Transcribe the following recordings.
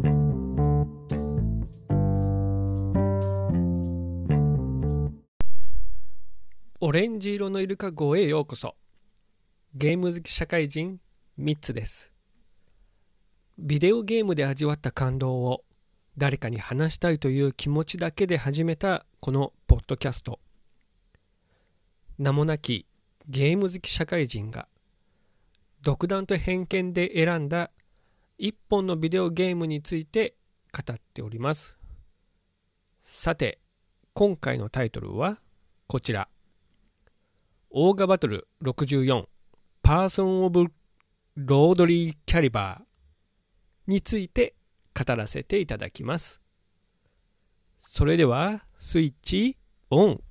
オレンジ色のイルカ号へようこそ。ゲーム好き社会人ミッツです。ビデオゲームで味わった感動を誰かに話したいという気持ちだけで始めたこのポッドキャスト。名もなきゲーム好き社会人が独断と偏見で選んだ一本のビデオゲームについて語っております。さて、今回のタイトルはこちら。オーガバトル64パーソン・オブ・ロードリー・キャリバーについて語らせていただきます。それではスイッチオン。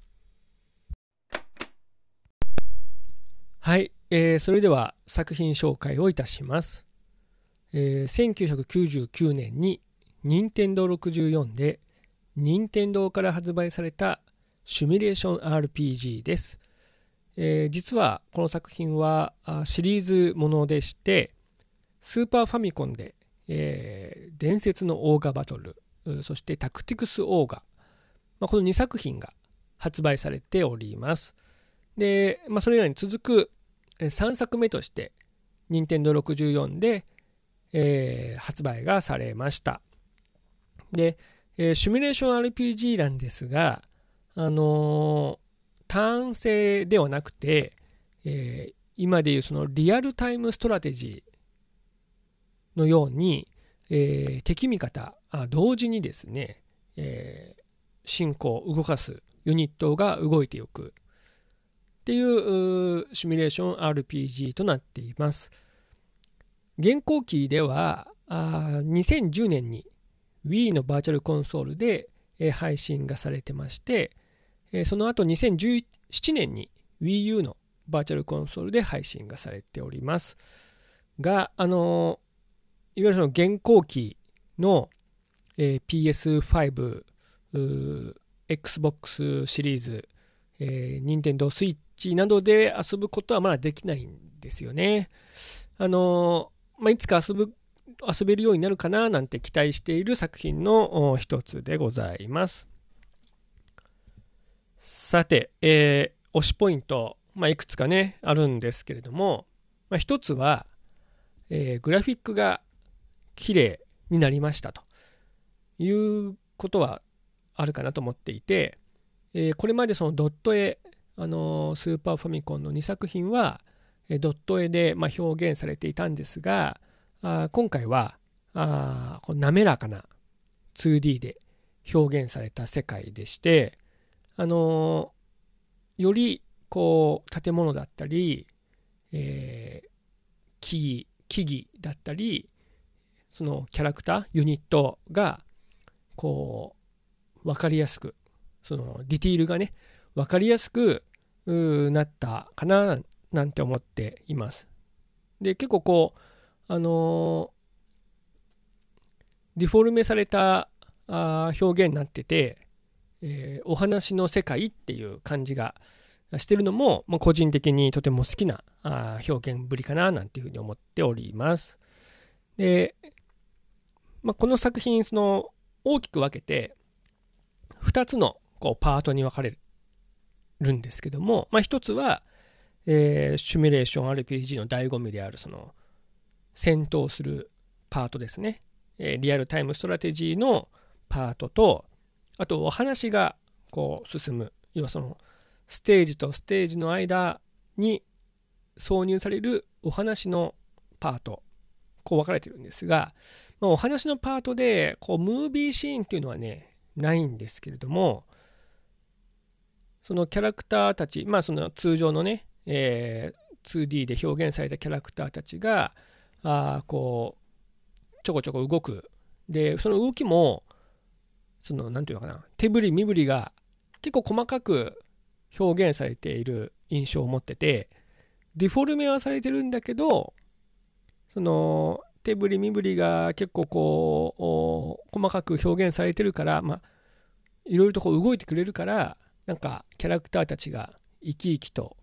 はい、それでは作品紹介をいたします。1999年に任天堂64で任天堂から発売されたシミュレーション RPG です。実はこの作品はシリーズものでして、スーパーファミコンで、伝説のオーガバトル、そしてタクティクスオーガ、この2作品が発売されております。で、それらに続く3作目として任天堂64で、発売がされました。で、シミュレーション RPG なんですが、単性ではなくて、今でいうそのリアルタイムストラテジーのように、敵味方同時にですね、進行動かすユニットが動いていくっていうシミュレーション RPG となっています。現行機では2010年に Wii のバーチャルコンソールで配信がされてまして、その後2017年に Wii U のバーチャルコンソールで配信がされておりますが、いわゆるその現行機の、PS5、Xbox シリーズ、Nintendo Switch などで遊ぶことはまだできないんですよね。いつか遊べるようになるかななんて期待している作品の一つでございます。さて、推しポイント、いくつかねあるんですけれども、一つは、グラフィックが綺麗になりましたということはあるかなと思っていて、これまでそのドット絵、スーパーファミコンの2作品はドット絵で表現されていたんですが、今回はこう滑らかな 2D で表現された世界でして、よりこう建物だったり、木々だったり、そのキャラクターユニットがこう分かりやすく、そのディティールがね分かりやすくなったかななんて思っています。で、結構こうデフォルメされた表現になってて、お話の世界っていう感じがしてるのも、個人的にとても好きな表現ぶりかななんていうふうに思っております。で、この作品その大きく分けて2つのこうパートに分かれるんですけども、1つは、シミュレーション RPG の醍醐味であるその戦闘するパートですね、リアルタイムストラテジーのパートと、あとお話がこう進む、要はそのステージとステージの間に挿入されるお話のパート、こう分かれてるんですが、お話のパートでこうムービーシーンっていうのはねないんですけれども、そのキャラクターたち、その通常のね、2D で表現されたキャラクターたちがこうちょこちょこ動く。で、その動きもそのなんていうのかな、手振り身振りが結構細かく表現されている印象を持ってて、デフォルメはされてるんだけど、その手振り身振りが結構こう細かく表現されてるから、いろいろとこう動いてくれるから、なんかキャラクターたちが生き生きと、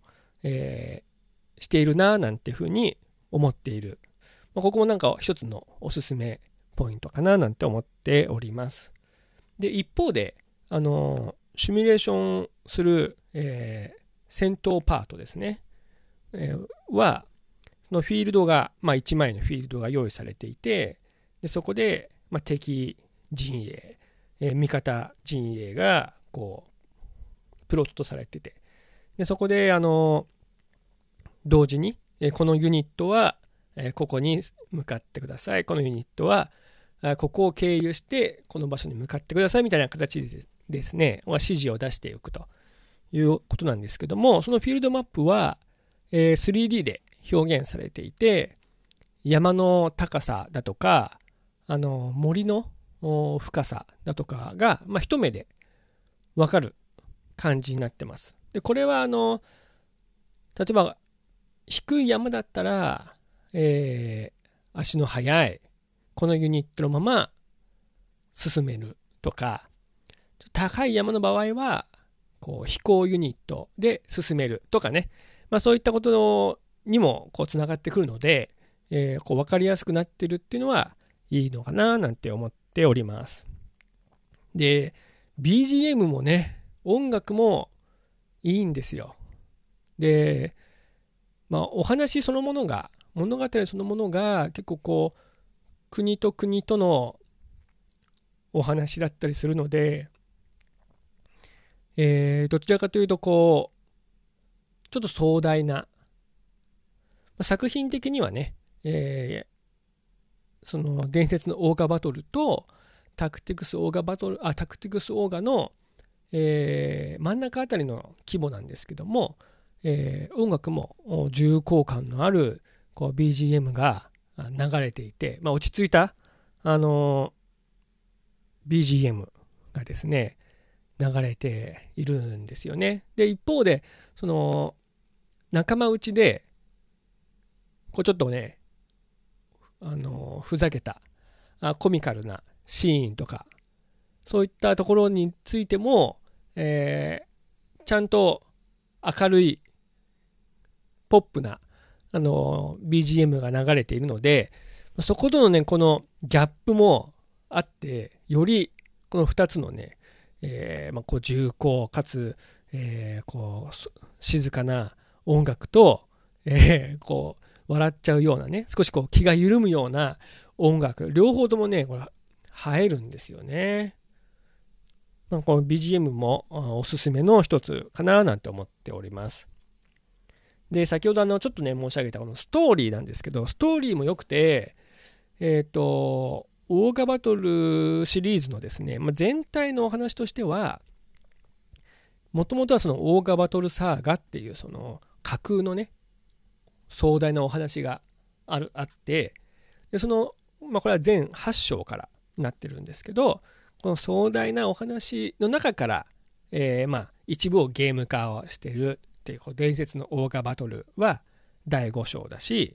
しているななんていうふうに思っている。ここもなんか一つのおすすめポイントかななんて思っております。で、一方で、シミュレーションする、戦闘パートですね、は、そのフィールドが、1枚のフィールドが用意されていて、でそこで、敵陣営、味方陣営がこうプロットされてて、でそこで同時に、このユニットは、ここに向かってください、このユニットはここを経由してこの場所に向かってくださいみたいな形でですね、指示を出していくということなんですけども、そのフィールドマップは、3D で表現されていて、山の高さだとか森の深さだとかが、一目で分かる感じになってます。でこれは例えば低い山だったら、足の速いこのユニットのまま進めるとか、高い山の場合はこう飛行ユニットで進めるとかね、そういったことにもこうつながってくるので、こう分かりやすくなってるっていうのはいいのかななんて思っております。で BGM もね、音楽もいいんですよ。でお話そのものが、物語そのものが結構こう国と国とのお話だったりするので、どちらかというとこうちょっと壮大な、作品的にはね、その伝説のオーガバトルとタクティクスオーガの、真ん中あたりの規模なんですけども、音楽も重厚感のあるこう BGM が流れていて、落ち着いた、BGM がですね流れているんですよね。で一方でその仲間内でこうちょっとねふざけたコミカルなシーンとか、そういったところについても、ちゃんと明るいポップなBGM が流れているので、そことのねこのギャップもあって、よりこの2つのね、こう重厚かつ、こう静かな音楽と、こう笑っちゃうようなね、少しこう気が緩むような音楽、両方ともねこれ映えるんですよね。この BGM もおすすめの一つかななんて思っております。で先ほどちょっとね申し上げたこのストーリーなんですけど、ストーリーも良くて、オーガバトルシリーズのですね、全体のお話としては、もともとはそのオーガバトルサーガっていうその架空のね壮大なお話があって、でその、これは全8章からなってるんですけど、この壮大なお話の中から、一部をゲーム化をしてるっていう、伝説のオーガバトルは第5章だし、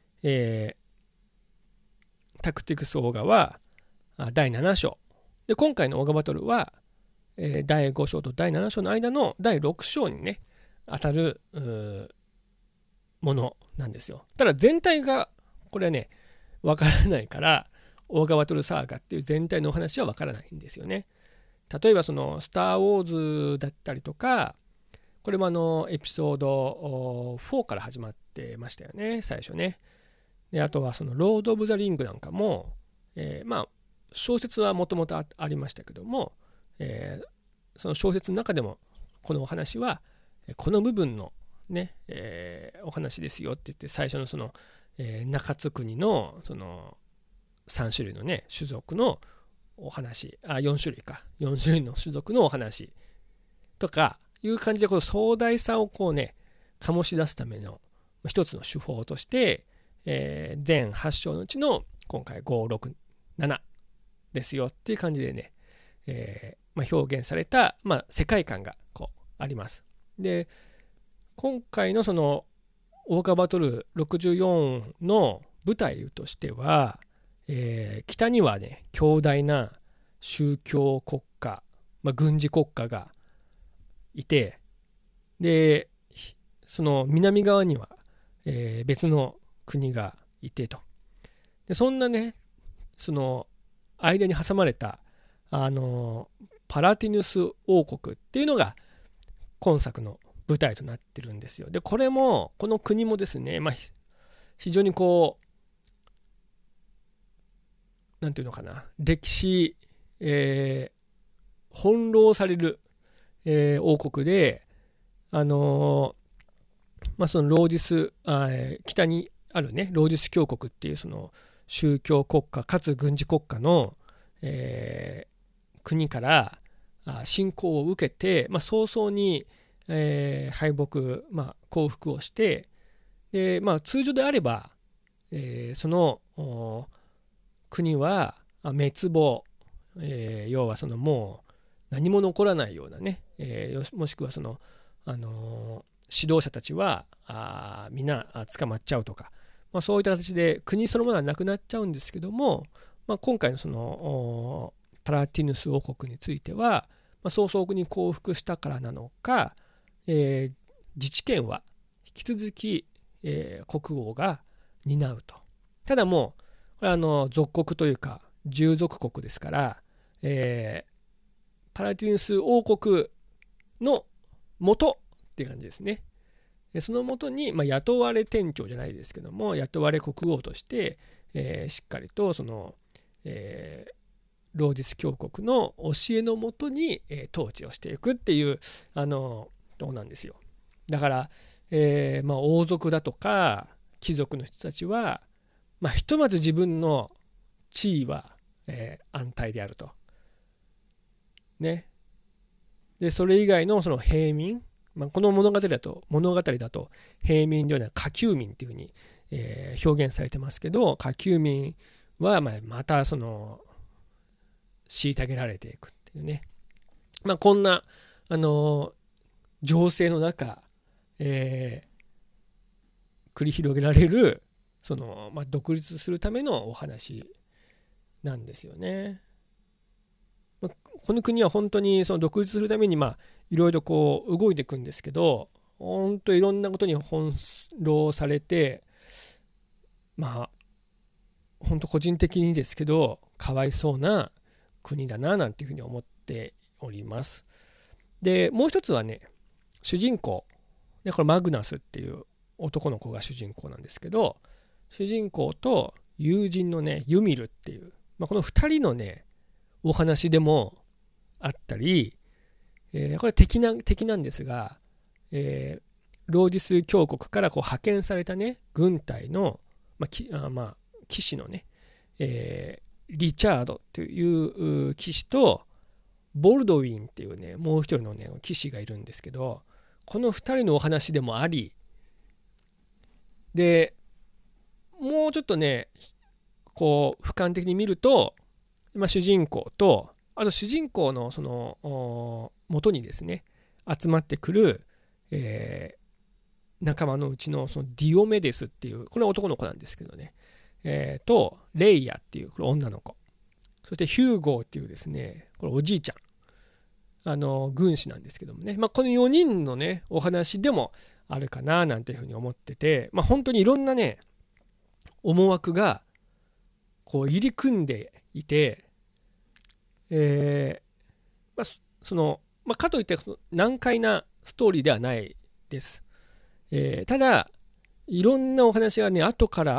タクティクスオーガは第7章で、今回のオーガバトルは、第5章と第7章の間の第6章にね当たるものなんですよ。ただ全体がこれはねわからないから、オーガバトルサーガっていう全体のお話はわからないんですよね。例えばそのスター・ウォーズだったりとか、これもエピソード4から始まってましたよね、最初ね。であとはそのロード・オブ・ザ・リングなんかも、小説はもともとありましたけども、その小説の中でもこのお話はこの部分のね、お話ですよって言って、最初のその、中津国のその3種類のね種族のお話、4種類か、4種類の種族のお話とかいう感じで、この壮大さをこうね醸し出すための一つの手法として、全8章のうちの今回567ですよっていう感じでね、表現された、世界観がこうあります。で今回のそのオーガバトル64の舞台としては、北にはね強大な宗教国家、軍事国家がいて、でその南側には、別の国がいてと。でそんなねその間に挟まれたパラティヌス王国っていうのが今作の舞台となってるんですよ。でこの国もですね、非常になんていうのかな、歴史、翻弄される、王国で、そのローディス、北にあるね、ローディス教国っていうその宗教国家かつ軍事国家の、国から侵攻を受けて、早々に、敗北、降伏をして、で、通常であれば、その国は滅亡、要はそのもう何も残らないようなね、もしくはその、指導者たちはみんな捕まっちゃうとか、そういった形で国そのものはなくなっちゃうんですけども、今回のそのパラティヌス王国については、早々に降伏したからなのか、自治権は引き続き、国王が担うと。ただもうこれは属国というか従属国ですから、パラティヌス王国の元っていう感じですね。その元に、雇われ店長じゃないですけども、雇われ国王として、しっかりとその、ローディス教国の教えのもとに、統治をしていくっていうどうなんですよ。だから、王族だとか貴族の人たちは、ひとまず自分の地位は、安泰であると。ね。でそれ以外のその平民、この物語だと平民ではない下級民っていうふうに、表現されてますけど、下級民はまたその虐げられていくっていうね、こんな情勢の中、繰り広げられるその、独立するためのお話なんですよね。この国は本当にその独立するためにいろいろ動いていくんですけど、本当いろんなことに翻弄されて、本当個人的にですけどかわいそうな国だななんていうふうに思っております。でもう一つはね、主人公で、これマグナスっていう男の子が主人公なんですけど、主人公と友人のねユミルっていう、この2人のねお話でもあったり、これ敵なんですが、ローディス教国から派遣されたね軍隊の、騎士のね、リチャードという騎士とボルドウィンっていうねもう一人のね騎士がいるんですけど、この2人のお話でもあり、でもうちょっとね俯瞰的に見ると、主人公とあと主人公のその元にですね集まってくる、仲間のうちのそのディオメデスっていうこれは男の子なんですけどね、とレイヤっていうこれ女の子、そしてヒューゴーっていうですねこれおじいちゃん軍師なんですけどもね、この4人のねお話でもあるかななんていうふうに思ってて、本当にいろんなね思惑が入り組んでいて、かといって難解なストーリーではないです。ただいろんなお話がね後から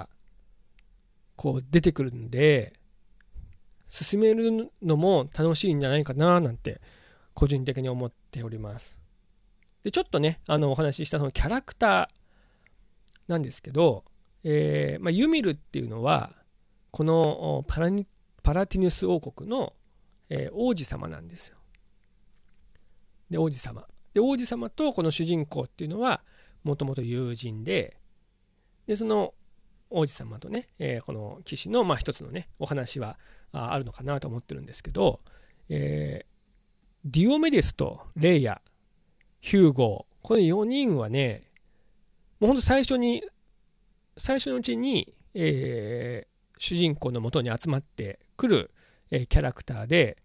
出てくるんで、進めるのも楽しいんじゃないかななんて個人的に思っております。でちょっとねお話ししたそのキャラクターなんですけど、ユミルっていうのはこのパラティヌス王国の、王子様なんですよ。で王子様とこの主人公っていうのはもともと友人で、その王子様とね、この騎士の一つのねお話はあるのかなと思ってるんですけど、ディオメデスとレイヤ、ヒューゴー、この4人はねもうほんと最初のうちに、主人公のもとに集まってくる、キャラクターで、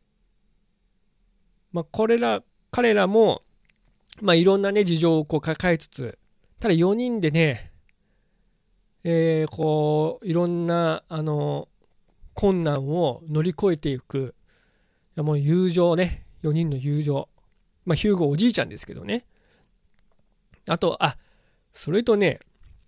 彼らも、いろんなね事情を抱えつつ、ただ4人でね、いろんな困難を乗り越えていく、もう友情ね、4人の友情。ヒューゴおじいちゃんですけどね。あと、それとね、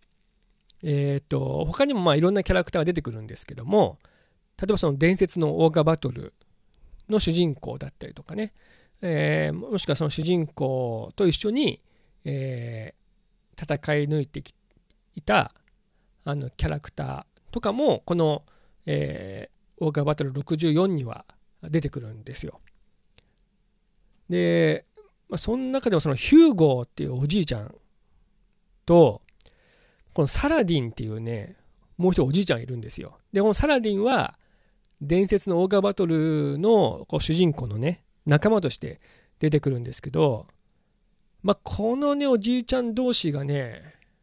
他にもいろんなキャラクターが出てくるんですけども、例えばその伝説のオーガバトルの主人公だったりとかね、もしくはその主人公と一緒に、戦い抜いていたキャラクターとかもこの、オーガバトル64には出てくるんですよ。で、その中でもそのヒューゴーっていうおじいちゃんと、このサラディンっていうね、もう一人おじいちゃんいるんですよ。で、このサラディンは伝説のオーガバトルの主人公のね、仲間として出てくるんですけど、このね、おじいちゃん同士がね、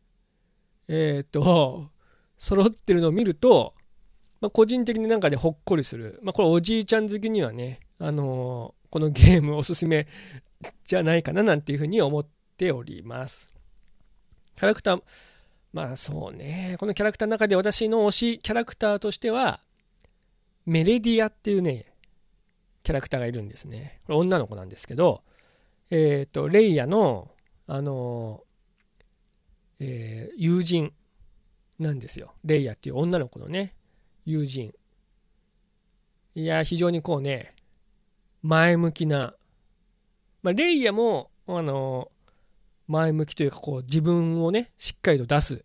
揃ってるのを見ると、個人的になんかね、ほっこりする。これおじいちゃん好きにはね、このゲームおすすめじゃないかななんていうふうに思っております。キャラクター、そうね、このキャラクターの中で私の推しキャラクターとしては、メレディアっていうね、キャラクターがいるんですね。これ女の子なんですけど、レイヤの、友人なんですよ。レイヤっていう女の子のね、友人。いや、非常にこうね、前向きな、レイヤも、前向きというか、こう、自分をね、しっかりと出す、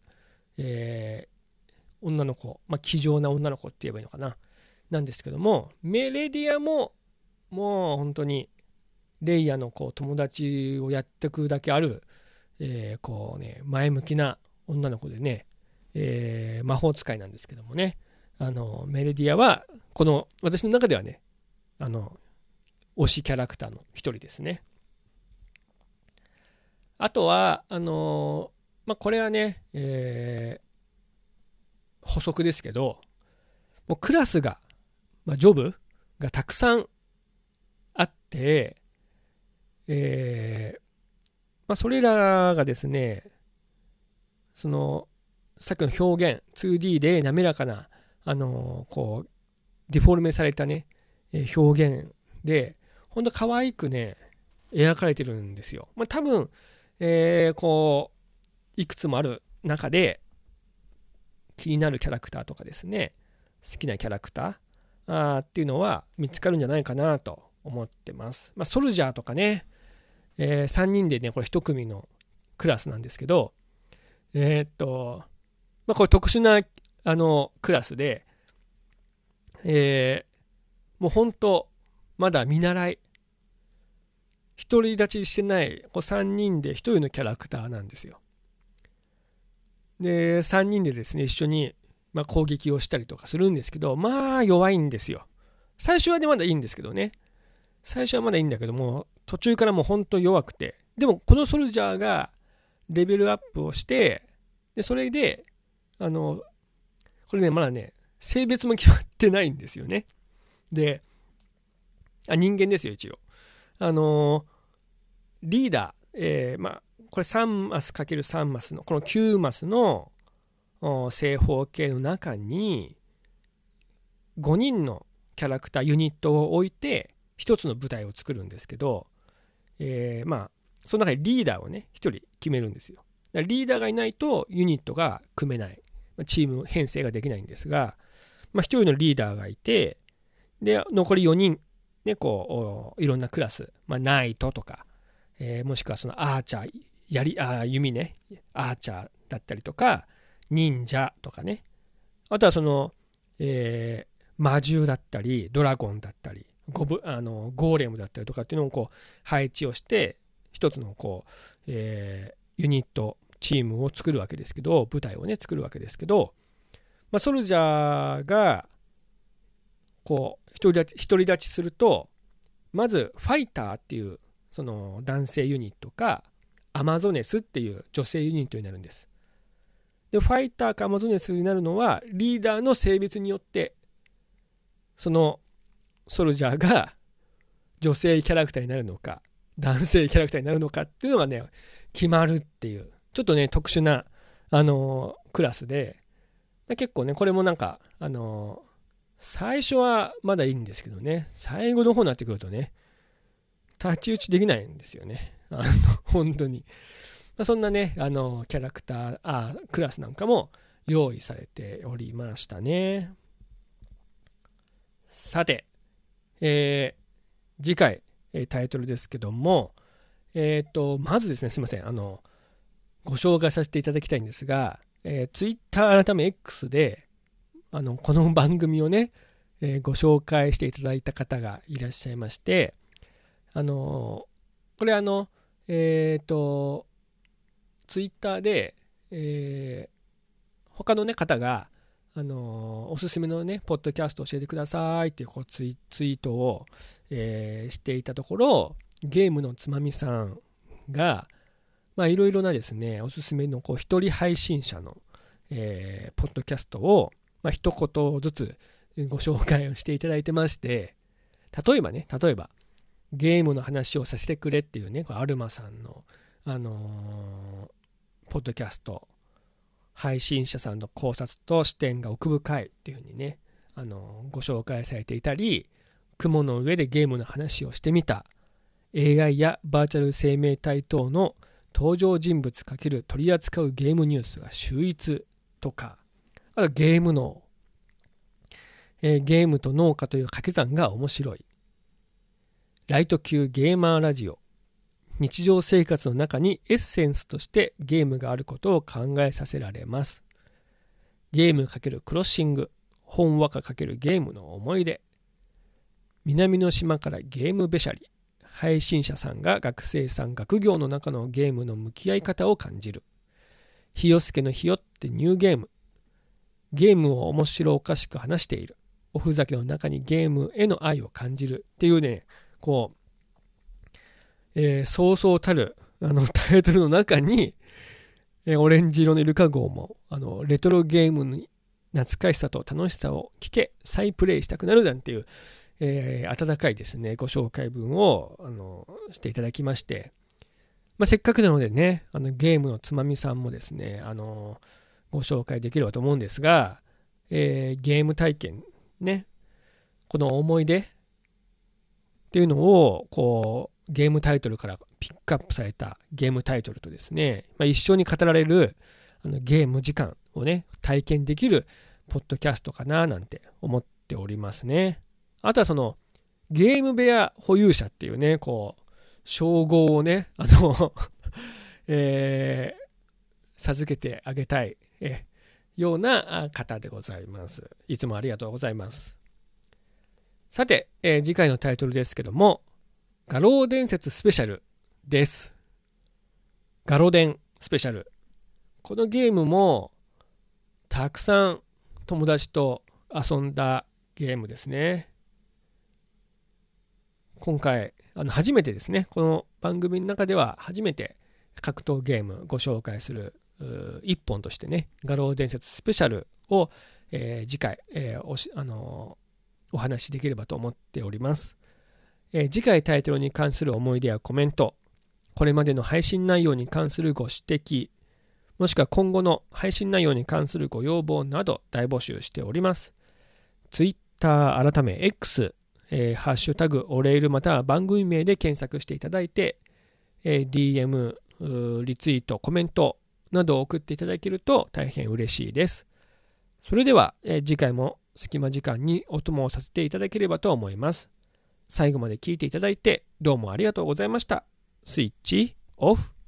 女の子、気丈な女の子って言えばいいのかな。なんですけども、メレディアも、もう本当に、レイヤのこう友達をやってくだけある、こうね、前向きな女の子でね、魔法使いなんですけどもね、メレディアは、この、私の中ではね、推しキャラクターの一人ですね。あとは、これはね、補足ですけど、もうクラスが、ジョブがたくさんあって、それらがですね、その、さっきの表現、2D で滑らかな、こう、ディフォルメされたね、表現で、ほんと可愛くね、描かれてるんですよ。多分、こう、いくつもある中で、気になるキャラクターとかですね、好きなキャラクターっていうのは見つかるんじゃないかなと思ってます。ソルジャーとかね、3人でね、これ1組のクラスなんですけど、これ特殊なクラスで、もう本当、まだ見習い、独り立ちしてないこう3人で1人のキャラクターなんですよ。で、3人でですね、一緒に、攻撃をしたりとかするんですけど、弱いんですよ。最初はね、まだいいんですけどね。最初はまだいいんだけども、途中からもう本当弱くて、でもこのソルジャーがレベルアップをして、で、それで、これね、まだね、性別も決まってないんですよね。で、人間ですよ、一応。リーダー、これ3マス ×3 マスの、この9マスの正方形の中に、5人のキャラクター、ユニットを置いて、1つの舞台を作るんですけど、その中でリーダーをね、1人決めるんですよ。リーダーがいないとユニットが組めない。チーム編成ができないんですが、1人のリーダーがいて、で、残り4人、ね、こう、いろんなクラス、ナイトとか、もしくはそのアーチャー、弓ね、アーチャーだったりとか、忍者とかね、あとはその、魔獣だったり、ドラゴンだったり、ゴーレムだったりとかっていうのをこう配置をして、一つのこう、ユニット、チームを作るわけですけど、舞台をね、作るわけですけど、ソルジャーが、こう、独り立ちすると、まず、ファイターっていう、その男性ユニットか、アマゾネスっていう女性ユニットになるんです。で、ファイターかアマゾネスになるのは、リーダーの性別によって、そのソルジャーが女性キャラクターになるのか、男性キャラクターになるのかっていうのがね、決まるっていう、ちょっとね、特殊な、クラスで、結構ね、これもなんか、 最初はまだいいんですけどね、最後の方になってくるとね、太刀打ちできないんですよね。本当に。そんなね、キャラクター、クラスなんかも用意されておりましたね。さて、次回、タイトルですけども、まずですね、すみません、ご紹介させていただきたいんですが、Twitter 改め X で、この番組をね、ご紹介していただいた方がいらっしゃいまして、これツイッターで、他の、ね、方が、おすすめのね、ポッドキャストを教えてくださいっていうツイートを、していたところ、ゲームのつまみさんが、いろいろなですね、おすすめの一人配信者の、ポッドキャストを、一言ずつご紹介をしていただいてまして、例えばゲームの話をさせてくれっていうね、アルマさんの、ポッドキャスト、配信者さんの考察と視点が奥深いっていうふうにね、ご紹介されていたり、雲の上でゲームの話をしてみた、AI やバーチャル生命体等の登場人物×取り扱うゲームニュースが秀逸とか、あとゲーム脳、ゲームと農家という掛け算が面白い、ライト級ゲーマーラジオ、日常生活の中にエッセンスとしてゲームがあることを考えさせられます。ゲーム×クロッシング、ほんわか×ゲームの思い出、南の島からゲームべしゃり、配信者さんが学生さん学業の中のゲームの向き合い方を感じる、ひよすけのひよってニューゲーム、ゲームを面白おかしく話している、おふざけの中にゲームへの愛を感じるっていうね、そうそうたるタイトルの中に、オレンジ色のイルカ号もレトロゲームに懐かしさと楽しさを聞け、再プレイしたくなるなんていう、温かいですねご紹介文をしていただきまして、せっかくなのでね、ゲームのつまみさんもですねご紹介できればと思うんですが、ゲーム体験ね、この思い出っていうのをゲームタイトルからピックアップされたゲームタイトルとですね、一緒に語られるゲーム時間をね体験できるポッドキャストかななんて思っておりますね。あとはそのゲーム部屋保有者っていうね称号をね授けてあげたいような方でございます。いつもありがとうございます。さて、次回のタイトルですけども、画廊伝説スペシャルです。画廊伝スペシャル。このゲームもたくさん友達と遊んだゲームですね。今回初めてですね、この番組の中では初めて格闘ゲームご紹介する一本としてね、画廊伝説スペシャルを、次回、お話しできればと思っております。次回タイトルに関する思い出やコメント、これまでの配信内容に関するご指摘、もしくは今後の配信内容に関するご要望など大募集しております。Twitter 改め X、ハッシュタグオレイルまたは番組名で検索していただいて、DM、リツイート、コメントなどを送っていただけると大変嬉しいです。それでは、次回も隙間時間にお供をさせていただければと思います。最後まで聞いていただいてどうもありがとうございました。スイッチオフ。